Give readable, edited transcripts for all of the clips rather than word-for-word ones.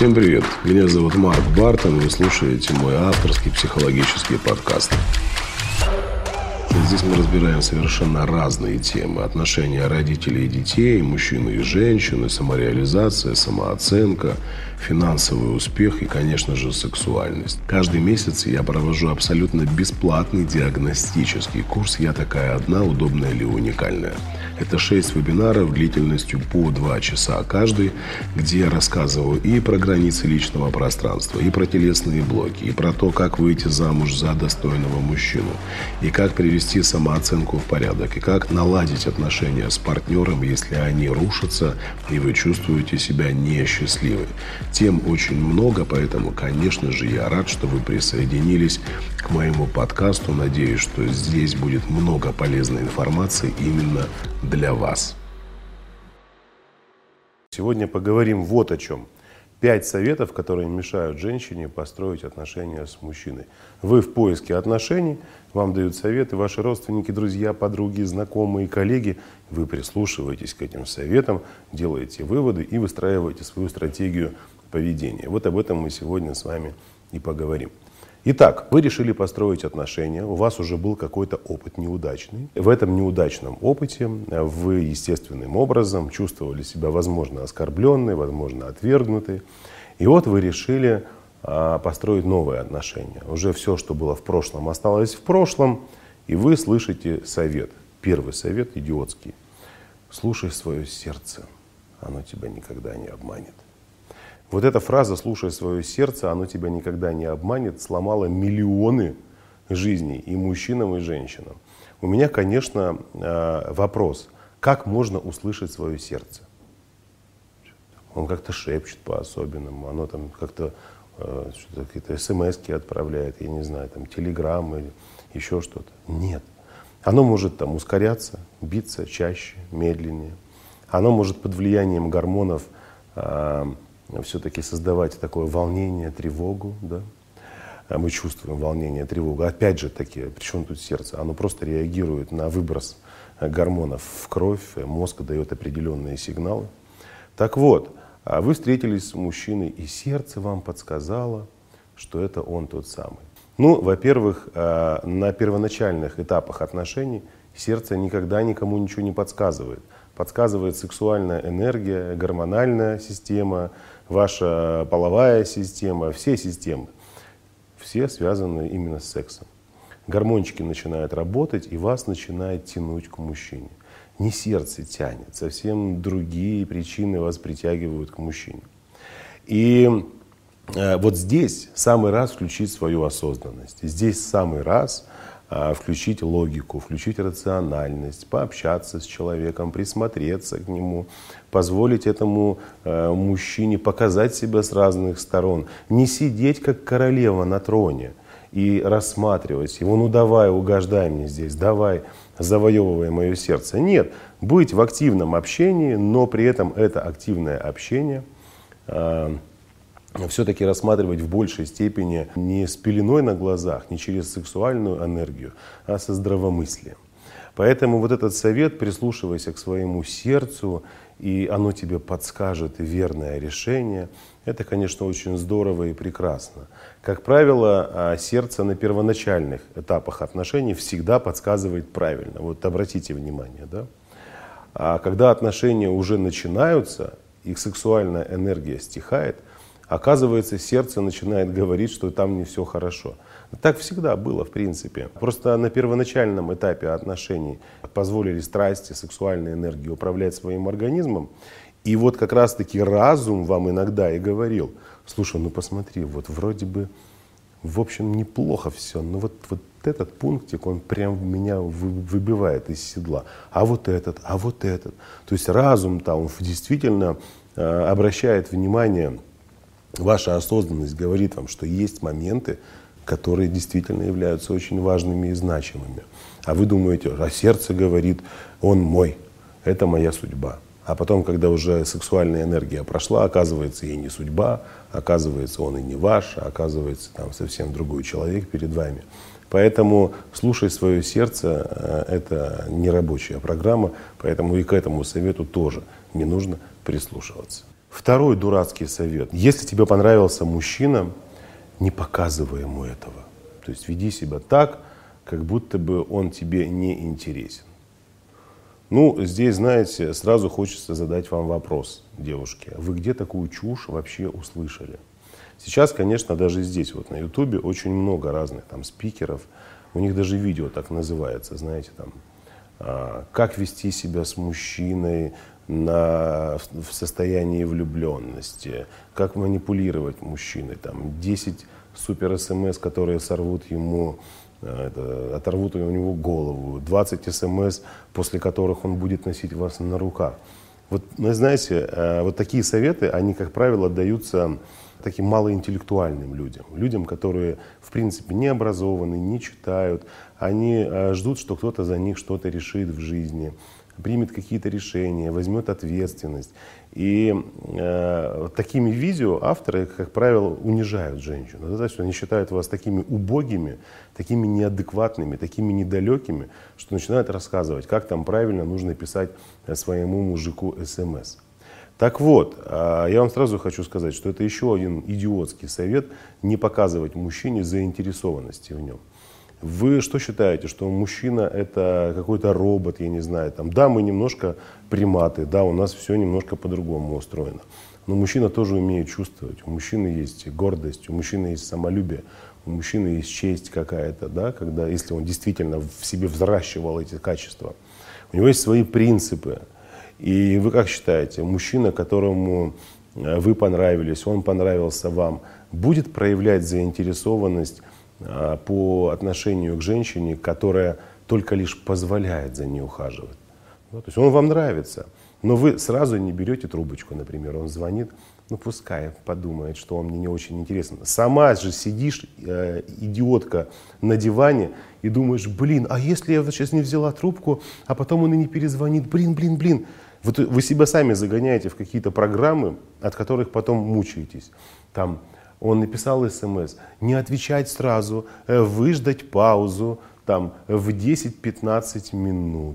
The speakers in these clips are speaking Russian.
Всем привет, меня зовут Марк Бартон, вы слушаете мой авторский психологический подкаст. Здесь мы разбираем совершенно разные темы: отношения родителей и детей, мужчины и женщины, самореализация, самооценка, финансовый успех и, конечно же, сексуальность. Каждый месяц я провожу абсолютно бесплатный диагностический курс «Я такая одна, удобная или уникальная». Это 6 вебинаров длительностью по 2 часа каждый, где я рассказываю и про границы личного пространства, и про телесные блоки, и про то, как выйти замуж за достойного мужчину, и как привести самооценку в порядок, и как наладить отношения с партнером, если они рушатся, и вы чувствуете себя несчастливой. Тем очень много, поэтому, конечно же, я рад, что вы присоединились к моему подкасту. Надеюсь, что здесь будет много полезной информации именно для вас. Сегодня поговорим вот о чем. 5 советов, которые мешают женщине построить отношения с мужчиной. Вы в поиске отношений, вам дают советы ваши родственники, друзья, подруги, знакомые, коллеги. Вы прислушиваетесь к этим советам, делаете выводы и выстраиваете свою стратегию поведения. Вот об этом мы сегодня с вами и поговорим. Итак, вы решили построить отношения, у вас уже был какой-то опыт неудачный. В этом неудачном опыте вы естественным образом чувствовали себя, возможно, оскорбленной, возможно, отвергнутой. И вот вы решили построить новые отношения. Уже все, что было в прошлом, осталось в прошлом, и вы слышите совет. Первый совет идиотский. Слушай свое сердце, оно тебя никогда не обманет. Вот эта фраза «слушай свое сердце, оно тебя никогда не обманет» сломала миллионы жизней и мужчинам, и женщинам. У меня, конечно, вопрос: как можно услышать свое сердце? Он как-то шепчет по-особенному, оно там как-то какие-то смс-ки отправляет, я не знаю, там телеграммы, еще что-то. Нет. Оно может там ускоряться, биться чаще, медленнее. Оно может под влиянием гормонов все-таки создавать такое волнение, тревогу, да? Мы чувствуем волнение, тревогу. Опять же таки, причем тут сердце? Оно просто реагирует на выброс гормонов в кровь, мозг дает определенные сигналы. Так вот, вы встретились с мужчиной, и сердце вам подсказало, что это он тот самый. Ну, во-первых, на первоначальных этапах отношений сердце никогда никому ничего не подсказывает. Подсказывает сексуальная энергия, гормональная система, ваша половая система, все системы. Все связаны именно с сексом. Гормончики начинают работать, и вас начинает тянуть к мужчине. Не сердце тянет, совсем другие причины вас притягивают к мужчине. И вот здесь самый раз включить свою осознанность. Здесь самый раз включить логику, включить рациональность, пообщаться с человеком, присмотреться к нему, позволить этому мужчине показать себя с разных сторон. Не сидеть как королева на троне и рассматривать его: ну давай, угождай мне здесь, давай, завоевывай мое сердце. Нет, быть в активном общении, но при этом это активное общение все-таки рассматривать в большей степени не с пеленой на глазах, не через сексуальную энергию, а со здравомыслием. Поэтому вот этот совет: прислушивайся к своему сердцу, и оно тебе подскажет верное решение. Это, конечно, очень здорово и прекрасно. Как правило, сердце на первоначальных этапах отношений всегда подсказывает правильно. Вот обратите внимание, да? А когда отношения уже начинаются, их сексуальная энергия стихает, оказывается, сердце начинает говорить, что там не все хорошо. Так всегда было, в принципе. Просто на первоначальном этапе отношений позволили страсти, сексуальной энергии управлять своим организмом. И вот как раз-таки разум вам иногда и говорил: слушай, ну посмотри, вот вроде бы, в общем, неплохо все, но вот этот пунктик, он прям меня выбивает из седла. А вот этот, а вот этот. То есть разум там действительно обращает внимание. Ваша осознанность говорит вам, что есть моменты, которые действительно являются очень важными и значимыми. А вы думаете: а сердце говорит: он мой, это моя судьба. А потом, когда уже сексуальная энергия прошла, оказывается, и не судьба, оказывается, он и не ваш, а оказывается, там совсем другой человек перед вами. Поэтому слушай свое сердце, это не рабочая программа, поэтому и к этому совету тоже не нужно прислушиваться. Второй дурацкий совет. Если тебе понравился мужчина, не показывай ему этого. То есть веди себя так, как будто бы он тебе не интересен. Ну, здесь, знаете, сразу хочется задать вам вопрос, девушки. Вы где такую чушь вообще услышали? Сейчас, конечно, даже здесь, вот на Ютубе, очень много разных там спикеров. У них даже видео так называется, знаете, там, как вести себя с мужчиной в состоянии влюбленности, как манипулировать мужчиной, там, 10 супер СМС, которые оторвут у него голову, 20 СМС, после которых он будет носить вас на руках. Вот, знаете, вот такие советы, они, как правило, даются таким малоинтеллектуальным людям, которые, в принципе, не образованы, не читают, они ждут, что кто-то за них что-то решит в жизни, примет какие-то решения, возьмет ответственность. И такими видео авторы, как правило, унижают женщину. То есть они считают вас такими убогими, такими неадекватными, такими недалекими, что начинают рассказывать, как там правильно нужно писать своему мужику СМС. Так вот, я вам сразу хочу сказать, что это еще один идиотский совет — не показывать мужчине заинтересованности в нем. Вы что считаете, что мужчина — это какой-то робот, я не знаю, там, да, мы немножко приматы, да, у нас все немножко по-другому устроено. Но мужчина тоже умеет чувствовать, у мужчины есть гордость, у мужчины есть самолюбие, у мужчины есть честь какая-то, да, когда, если он действительно в себе взращивал эти качества. У него есть свои принципы. И вы как считаете, мужчина, которому вы понравились, он понравился вам, будет проявлять заинтересованность по отношению к женщине, которая только лишь позволяет за ней ухаживать? Ну, то есть он вам нравится, но вы сразу не берете трубочку, например, он звонит, ну пускай подумает, что он мне не очень интересен. Сама же сидишь, идиотка, на диване и думаешь, блин, а если я сейчас не взяла трубку, а потом он и не перезвонит, блин. Вы себя сами загоняете в какие-то программы, от которых потом мучаетесь. Там он написал СМС, не отвечать сразу, выждать паузу там, в 10-15 минут.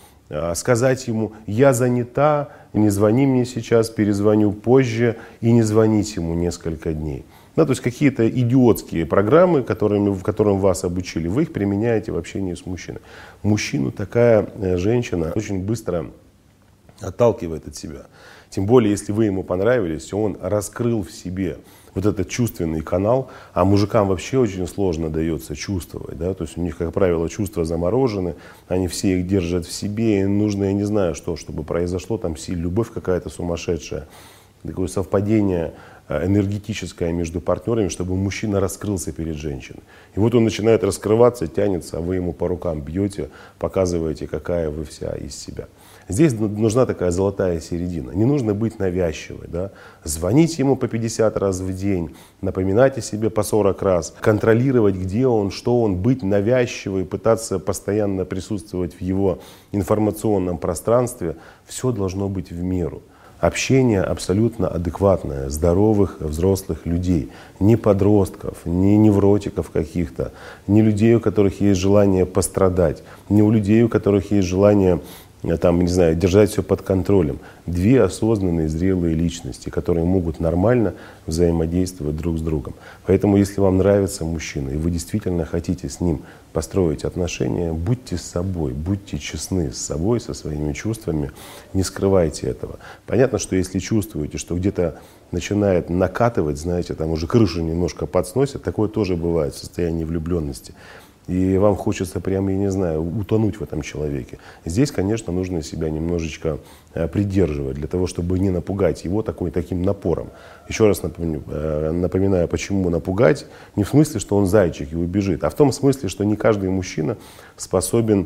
Сказать ему, я занята, не звони мне сейчас, перезвоню позже, и не звонить ему несколько дней. Ну, то есть какие-то идиотские программы, которым вас обучили, вы их применяете в общении с мужчиной. Мужчину такая женщина очень быстро отталкивает от себя. Тем более, если вы ему понравились, он раскрыл в себе вот этот чувственный канал, а мужикам вообще очень сложно дается чувствовать, да, то есть у них, как правило, чувства заморожены, они все их держат в себе, и нужно, я не знаю, чтобы произошло там любовь какая-то сумасшедшая, такое совпадение энергетическое между партнерами, чтобы мужчина раскрылся перед женщиной. И вот он начинает раскрываться, тянется, а вы ему по рукам бьете, показываете, какая вы вся из себя. Здесь нужна такая золотая середина. Не нужно быть навязчивой. Да? Звонить ему по 50 раз в день, напоминать о себе по 40 раз, контролировать, где он, что он, быть навязчивой, пытаться постоянно присутствовать в его информационном пространстве. Все должно быть в меру. Общение абсолютно адекватное, здоровых взрослых людей, не подростков, не невротиков каких-то, не людей, у которых есть желание пострадать, не у людей, у которых есть желание там, не знаю, держать все под контролем. Две осознанные, зрелые личности, которые могут нормально взаимодействовать друг с другом. Поэтому, если вам нравится мужчина, и вы действительно хотите с ним построить отношения, будьте с собой, будьте честны с собой, со своими чувствами, не скрывайте этого. Понятно, что если чувствуете, что где-то начинает накатывать, знаете, там уже крышу немножко подсносит, такое тоже бывает в состоянии влюбленности. И вам хочется прямо, я не знаю, утонуть в этом человеке. Здесь, конечно, нужно себя немножечко придерживать, для того, чтобы не напугать его таким напором. Еще раз напоминаю, почему напугать. Не в смысле, что он зайчик и убежит, а в том смысле, что не каждый мужчина способен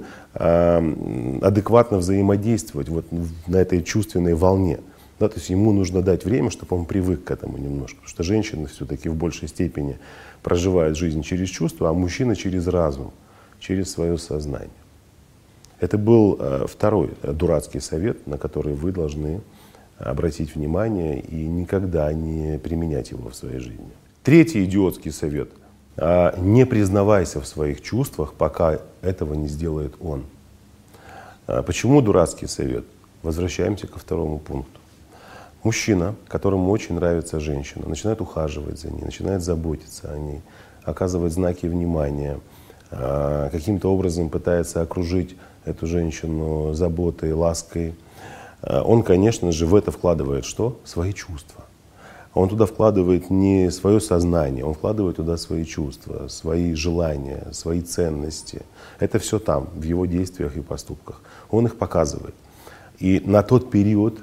адекватно взаимодействовать вот на этой чувственной волне. Да, то есть ему нужно дать время, чтобы он привык к этому немножко. Потому что женщины все-таки в большей степени проживают жизнь через чувства, а мужчина через разум, через свое сознание. Это был второй дурацкий совет, на который вы должны обратить внимание и никогда не применять его в своей жизни. Третий идиотский совет. Не признавайся в своих чувствах, пока этого не сделает он. Почему дурацкий совет? Возвращаемся ко второму пункту. Мужчина, которому очень нравится женщина, начинает ухаживать за ней, начинает заботиться о ней, оказывать знаки внимания, каким-то образом пытается окружить эту женщину заботой, лаской. Он, конечно же, в это вкладывает что? Свои чувства. Он туда вкладывает не свое сознание, он вкладывает туда свои чувства, свои желания, свои ценности. Это все там, в его действиях и поступках. Он их показывает. И на тот период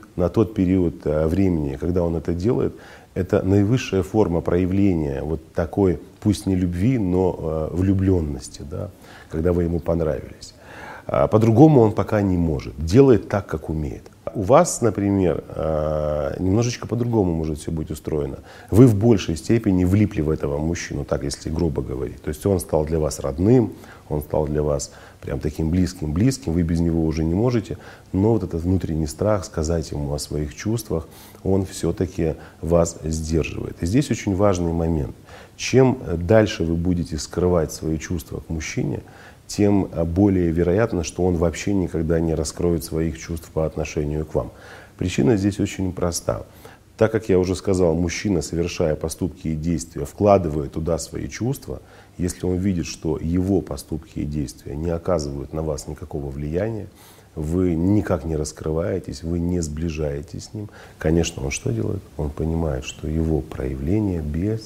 времени, когда он это делает, это наивысшая форма проявления вот такой, пусть не любви, но влюбленности, да, когда вы ему понравились. По-другому он пока не может, делает так, как умеет. У вас, например, немножечко по-другому может все быть устроено. Вы в большей степени влипли в этого мужчину, так если грубо говорить. То есть он стал для вас родным, он стал для вас прям таким близким, вы без него уже не можете. Но вот этот внутренний страх сказать ему о своих чувствах, он все-таки вас сдерживает. И здесь очень важный момент. Чем дальше вы будете скрывать свои чувства к мужчине, тем более вероятно, что он вообще никогда не раскроет своих чувств по отношению к вам. Причина здесь очень проста. Так как я уже сказал, мужчина, совершая поступки и действия, вкладывая туда свои чувства, если он видит, что его поступки и действия не оказывают на вас никакого влияния, вы никак не раскрываетесь, вы не сближаетесь с ним, конечно, он что делает? Он понимает, что его проявления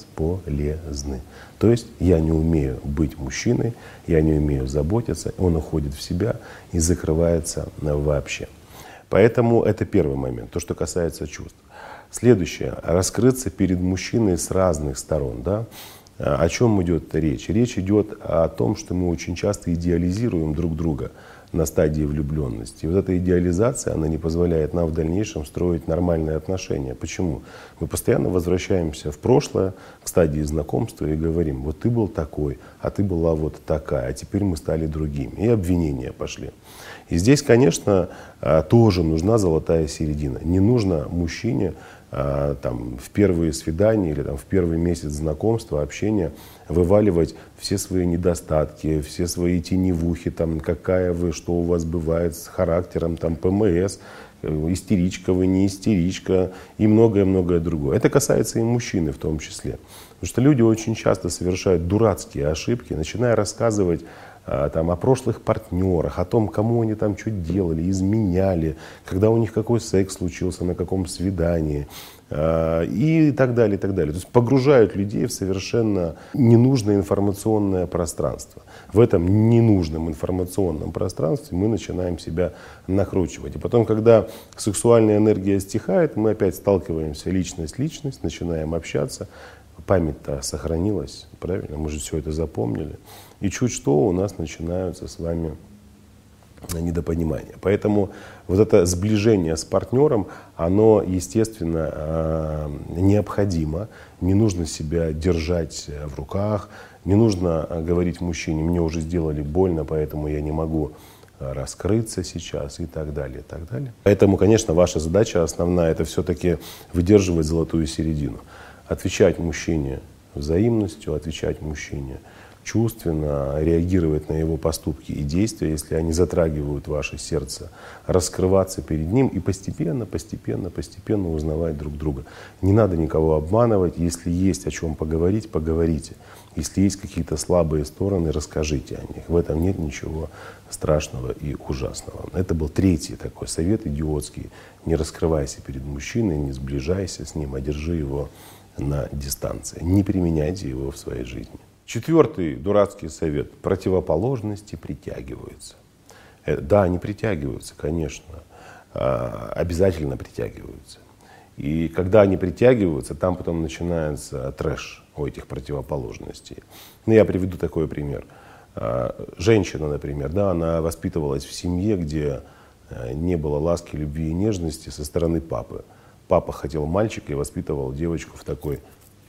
бесполезны. То есть я не умею быть мужчиной, я не умею заботиться, он уходит в себя и закрывается вообще. Поэтому это первый момент, то, что касается чувств. Следующее. Раскрыться перед мужчиной с разных сторон. Да? О чем идет речь? Речь идет о том, что мы очень часто идеализируем друг друга на стадии влюбленности. И вот эта идеализация, она не позволяет нам в дальнейшем строить нормальные отношения. Почему? Мы постоянно возвращаемся в прошлое, к стадии знакомства и говорим, вот ты был такой, а ты была вот такая, а теперь мы стали другими. И обвинения пошли. И здесь, конечно, тоже нужна золотая середина. Не нужно мужчине там, в первые свидания или там, в первый месяц знакомства, общения вываливать все свои недостатки, все свои теневухи, там, какая вы, что у вас бывает с характером, там, ПМС, истеричка вы, не истеричка и многое-многое другое. Это касается и мужчины в том числе. Потому что люди очень часто совершают дурацкие ошибки, начиная рассказывать там, о прошлых партнерах, о том, кому они там что делали, изменяли, когда у них какой секс случился, на каком свидании и так далее, и так далее. То есть погружают людей в совершенно ненужное информационное пространство. В этом ненужном информационном пространстве мы начинаем себя накручивать. И потом, когда сексуальная энергия стихает, мы опять сталкиваемся личность-личность, начинаем общаться. Память-то сохранилась, правильно? Мы же все это запомнили. И чуть что у нас начинаются с вами недопонимания. Поэтому вот это сближение с партнером, оно, естественно, необходимо. Не нужно себя держать в руках, не нужно говорить мужчине, мне уже сделали больно, поэтому я не могу раскрыться сейчас и так далее, и так далее. Поэтому, конечно, ваша задача основная — это все-таки выдерживать золотую середину. Отвечать мужчине взаимностью, отвечать мужчине чувственно, реагировать на его поступки и действия, если они затрагивают ваше сердце, раскрываться перед ним и постепенно узнавать друг друга. Не надо никого обманывать. Если есть о чем поговорить, поговорите. Если есть какие-то слабые стороны, расскажите о них. В этом нет ничего страшного и ужасного. Это был третий такой совет идиотский. Не раскрывайся перед мужчиной, не сближайся с ним, а держи его на дистанции. Не применяйте его в своей жизни. Четвертый дурацкий совет. Противоположности притягиваются. Да, они притягиваются, конечно. Обязательно притягиваются. И когда они притягиваются, там потом начинается трэш у этих противоположностей. Ну, я приведу такой пример. Женщина, например, да, она воспитывалась в семье, где не было ласки, любви и нежности со стороны папы. Папа хотел мальчика и воспитывал девочку в такой,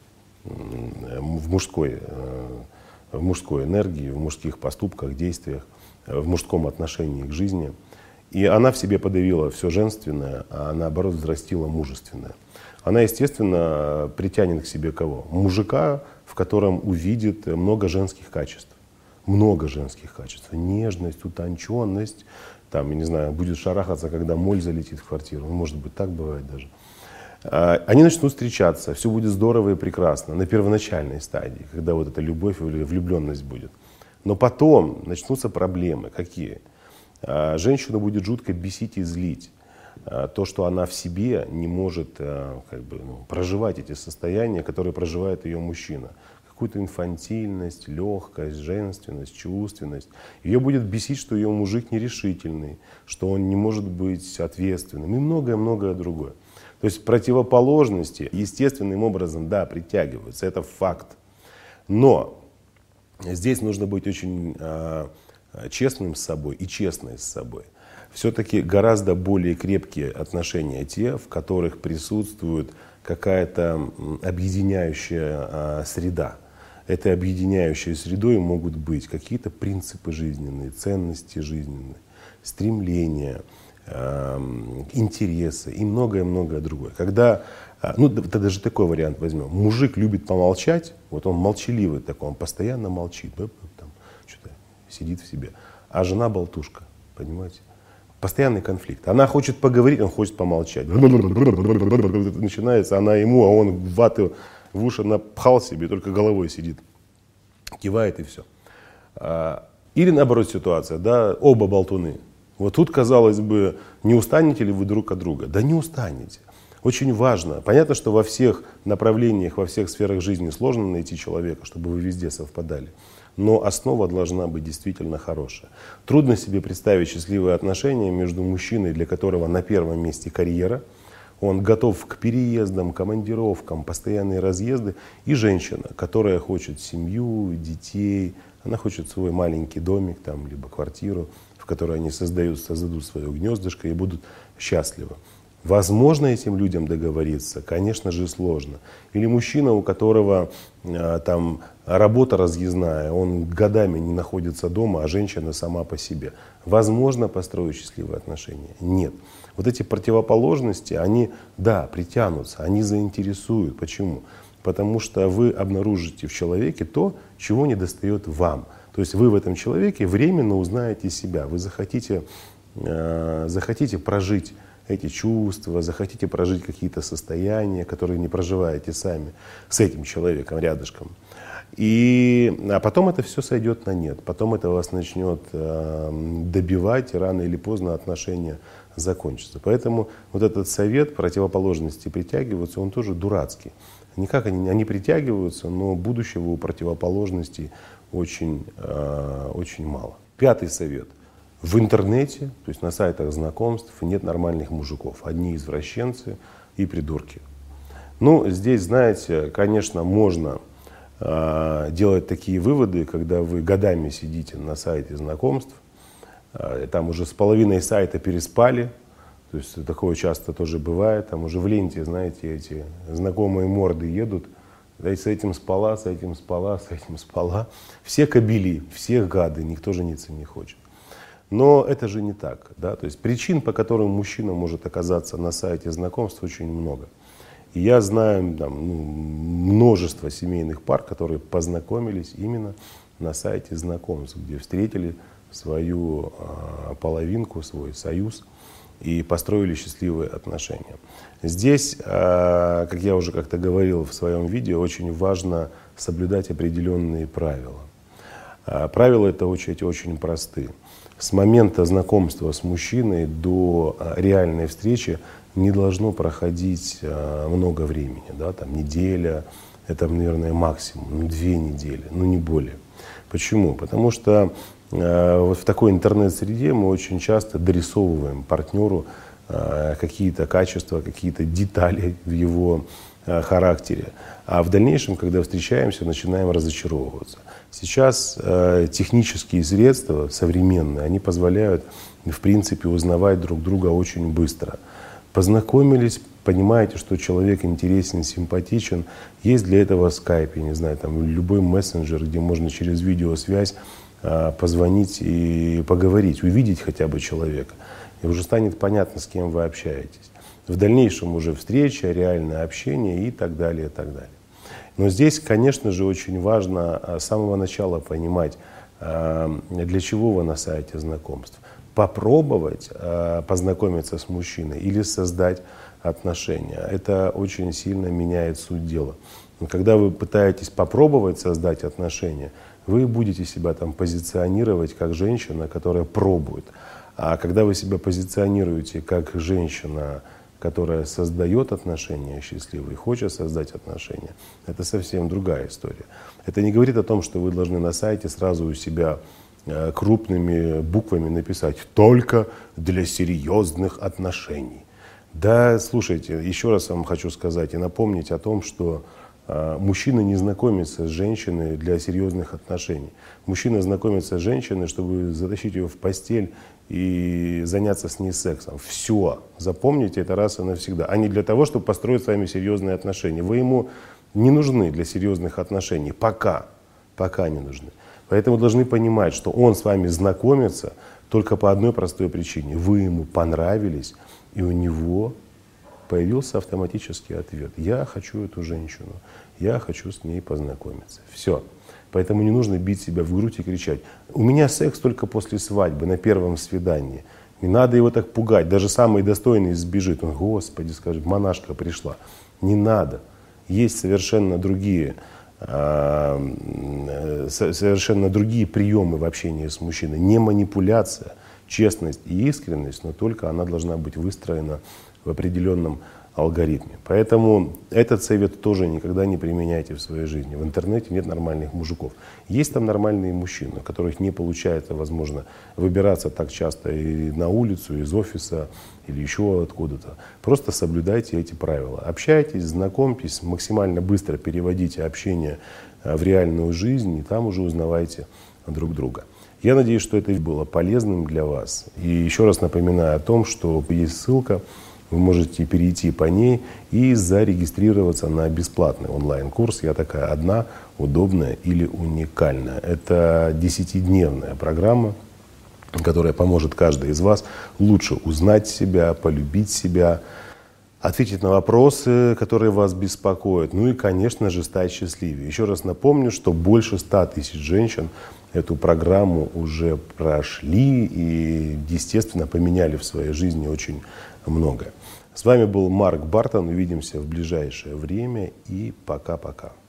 в мужской энергии, в мужских поступках, действиях, в мужском отношении к жизни. И она в себе подавила все женственное, а наоборот взрастила мужественное. Она, естественно, притянет к себе кого? Мужика, в котором увидит много женских качеств. Много женских качеств. Нежность, утонченность. Там, я не знаю, будет шарахаться, когда моль залетит в квартиру. Может быть, так бывает даже. Они начнут встречаться, все будет здорово и прекрасно на первоначальной стадии, когда вот эта любовь или влюбленность будет. Но потом начнутся проблемы. Какие? Женщину будет жутко бесить и злить то, что она в себе не может проживать эти состояния, которые проживает ее мужчина. Какую-то инфантильность, легкость, женственность, чувственность. Ее будет бесить, что ее мужик нерешительный, что он не может быть ответственным и многое-многое другое. То есть противоположности естественным образом, да, притягиваются, это факт. Но здесь нужно быть очень честным с собой и честной с собой. Все-таки гораздо более крепкие отношения те, в которых присутствует какая-то объединяющая среда. Этой объединяющей средой могут быть какие-то принципы жизненные, ценности жизненные, стремления, интересы и многое-многое другое. Когда, даже такой вариант возьмем. Мужик любит помолчать, вот он молчаливый такой, он постоянно молчит, там, что-то сидит в себе. А жена болтушка, понимаете? Постоянный конфликт. Она хочет поговорить, он хочет помолчать. Начинается она ему, а он ваты в уши напхал себе, только головой сидит, кивает и все. Или наоборот ситуация, да, оба болтуны. Вот тут, казалось бы, не устанете ли вы друг от друга? Да не устанете. Очень важно. Понятно, что во всех направлениях, во всех сферах жизни сложно найти человека, чтобы вы везде совпадали. Но основа должна быть действительно хорошая. Трудно себе представить счастливые отношения между мужчиной, для которого на первом месте карьера, он готов к переездам, командировкам, постоянные разъезды, и женщина, которая хочет семью, детей, она хочет свой маленький домик, там, либо квартиру, в которой они создадут свое гнездышко и будут счастливы. Возможно этим людям договориться? Конечно же сложно. Или мужчина, у которого там работа разъездная, он годами не находится дома, а женщина сама по себе. Возможно построить счастливые отношения? Нет. Вот эти противоположности, они, да, притянутся, они заинтересуют. Почему? Потому что вы обнаружите в человеке то, чего недостает вам. То есть вы в этом человеке временно узнаете себя. Вы захотите прожить эти чувства, захотите прожить какие-то состояния, которые не проживаете сами с этим человеком рядышком. А потом это все сойдет на нет. Потом это вас начнет добивать, и рано или поздно отношения закончатся. Поэтому вот этот совет противоположности притягиваются, он тоже дурацкий. Никак они притягиваются, но будущего у противоположностей очень мало. 5-й совет. В интернете, то есть на сайтах знакомств, нет нормальных мужиков. Одни извращенцы и придурки. Здесь, знаете, конечно, можно делать такие выводы, когда вы годами сидите на сайте знакомств, там уже с половиной сайта переспали, то есть такое часто тоже бывает, там уже в ленте, знаете, эти знакомые морды едут, да, и с этим спала, с этим спала, с этим спала. Все кобели, все гады, никто жениться не хочет. Но это же не так. Да? То есть причин, по которым мужчина может оказаться на сайте знакомств, очень много. И я знаю множество семейных пар, которые познакомились именно на сайте знакомств, где встретили свою половинку, свой союз и построили счастливые отношения. Здесь, как я уже как-то говорил в своем видео, очень важно соблюдать определенные правила. Правила это очень простые. С момента знакомства с мужчиной до реальной встречи не должно проходить много времени, да, там неделя, это, наверное, максимум, 2 недели, не более. Почему? Потому что вот в такой интернет-среде мы очень часто дорисовываем партнеру какие-то качества, какие-то детали в его характере. А в дальнейшем, когда встречаемся, начинаем разочаровываться. Сейчас технические средства современные, они позволяют, в принципе, узнавать друг друга очень быстро. Познакомились, понимаете, что человек интересен, симпатичен. Есть для этого скайп, я не знаю, там любой мессенджер, где можно через видеосвязь позвонить и поговорить, увидеть хотя бы человека. И уже станет понятно, с кем вы общаетесь. В дальнейшем уже встреча, реальное общение и так далее, и так далее. Но здесь, конечно же, очень важно с самого начала понимать, для чего вы на сайте знакомств. Попробовать познакомиться с мужчиной или создать отношения. Это очень сильно меняет суть дела. Но когда вы пытаетесь попробовать создать отношения, вы будете себя там позиционировать как женщина, которая пробует. А когда вы себя позиционируете как женщина, которая создает отношения счастливые, хочет создать отношения, это совсем другая история. Это не говорит о том, что вы должны на сайте сразу у себя крупными буквами написать «только для серьезных отношений». Да, слушайте, еще раз вам хочу сказать и напомнить о том, что мужчина не знакомится с женщиной для серьезных отношений. Мужчина знакомится с женщиной, чтобы затащить ее в постель и заняться с ней сексом. Все. Запомните это раз и навсегда. А не для того, чтобы построить с вами серьезные отношения. Вы ему не нужны для серьезных отношений. Пока. Пока не нужны. Поэтому должны понимать, что он с вами знакомится только по одной простой причине. Вы ему понравились, и у него появился автоматический ответ. Я хочу эту женщину, я хочу с ней познакомиться. Все. Поэтому не нужно бить себя в грудь и кричать: у меня секс только после свадьбы, на первом свидании. Не надо его так пугать. Даже самый достойный сбежит. Он: Господи, скажет, монашка пришла. Не надо. Есть совершенно другие приемы в общении с мужчиной. Не манипуляция, честность и искренность, но только она должна быть выстроена в определенном алгоритме. Поэтому этот совет тоже никогда не применяйте в своей жизни. В интернете нет нормальных мужиков. Есть там нормальные мужчины, у которых не получается, возможно, выбираться так часто и на улицу, из офиса или еще откуда-то. Просто соблюдайте эти правила. Общайтесь, знакомьтесь, максимально быстро переводите общение в реальную жизнь, и там уже узнавайте друг друга. Я надеюсь, что это было полезным для вас. И еще раз напоминаю о том, что есть ссылка. Вы можете перейти по ней и зарегистрироваться на бесплатный онлайн-курс «Я такая одна, удобная или уникальная». Это 10-дневная программа, которая поможет каждой из вас лучше узнать себя, полюбить себя, ответить на вопросы, которые вас беспокоят, ну и, конечно же, стать счастливее. Еще раз напомню, что больше 100 тысяч женщин эту программу уже прошли и, естественно, поменяли в своей жизни очень многое. С вами был Марк Бартон. Увидимся в ближайшее время и пока-пока.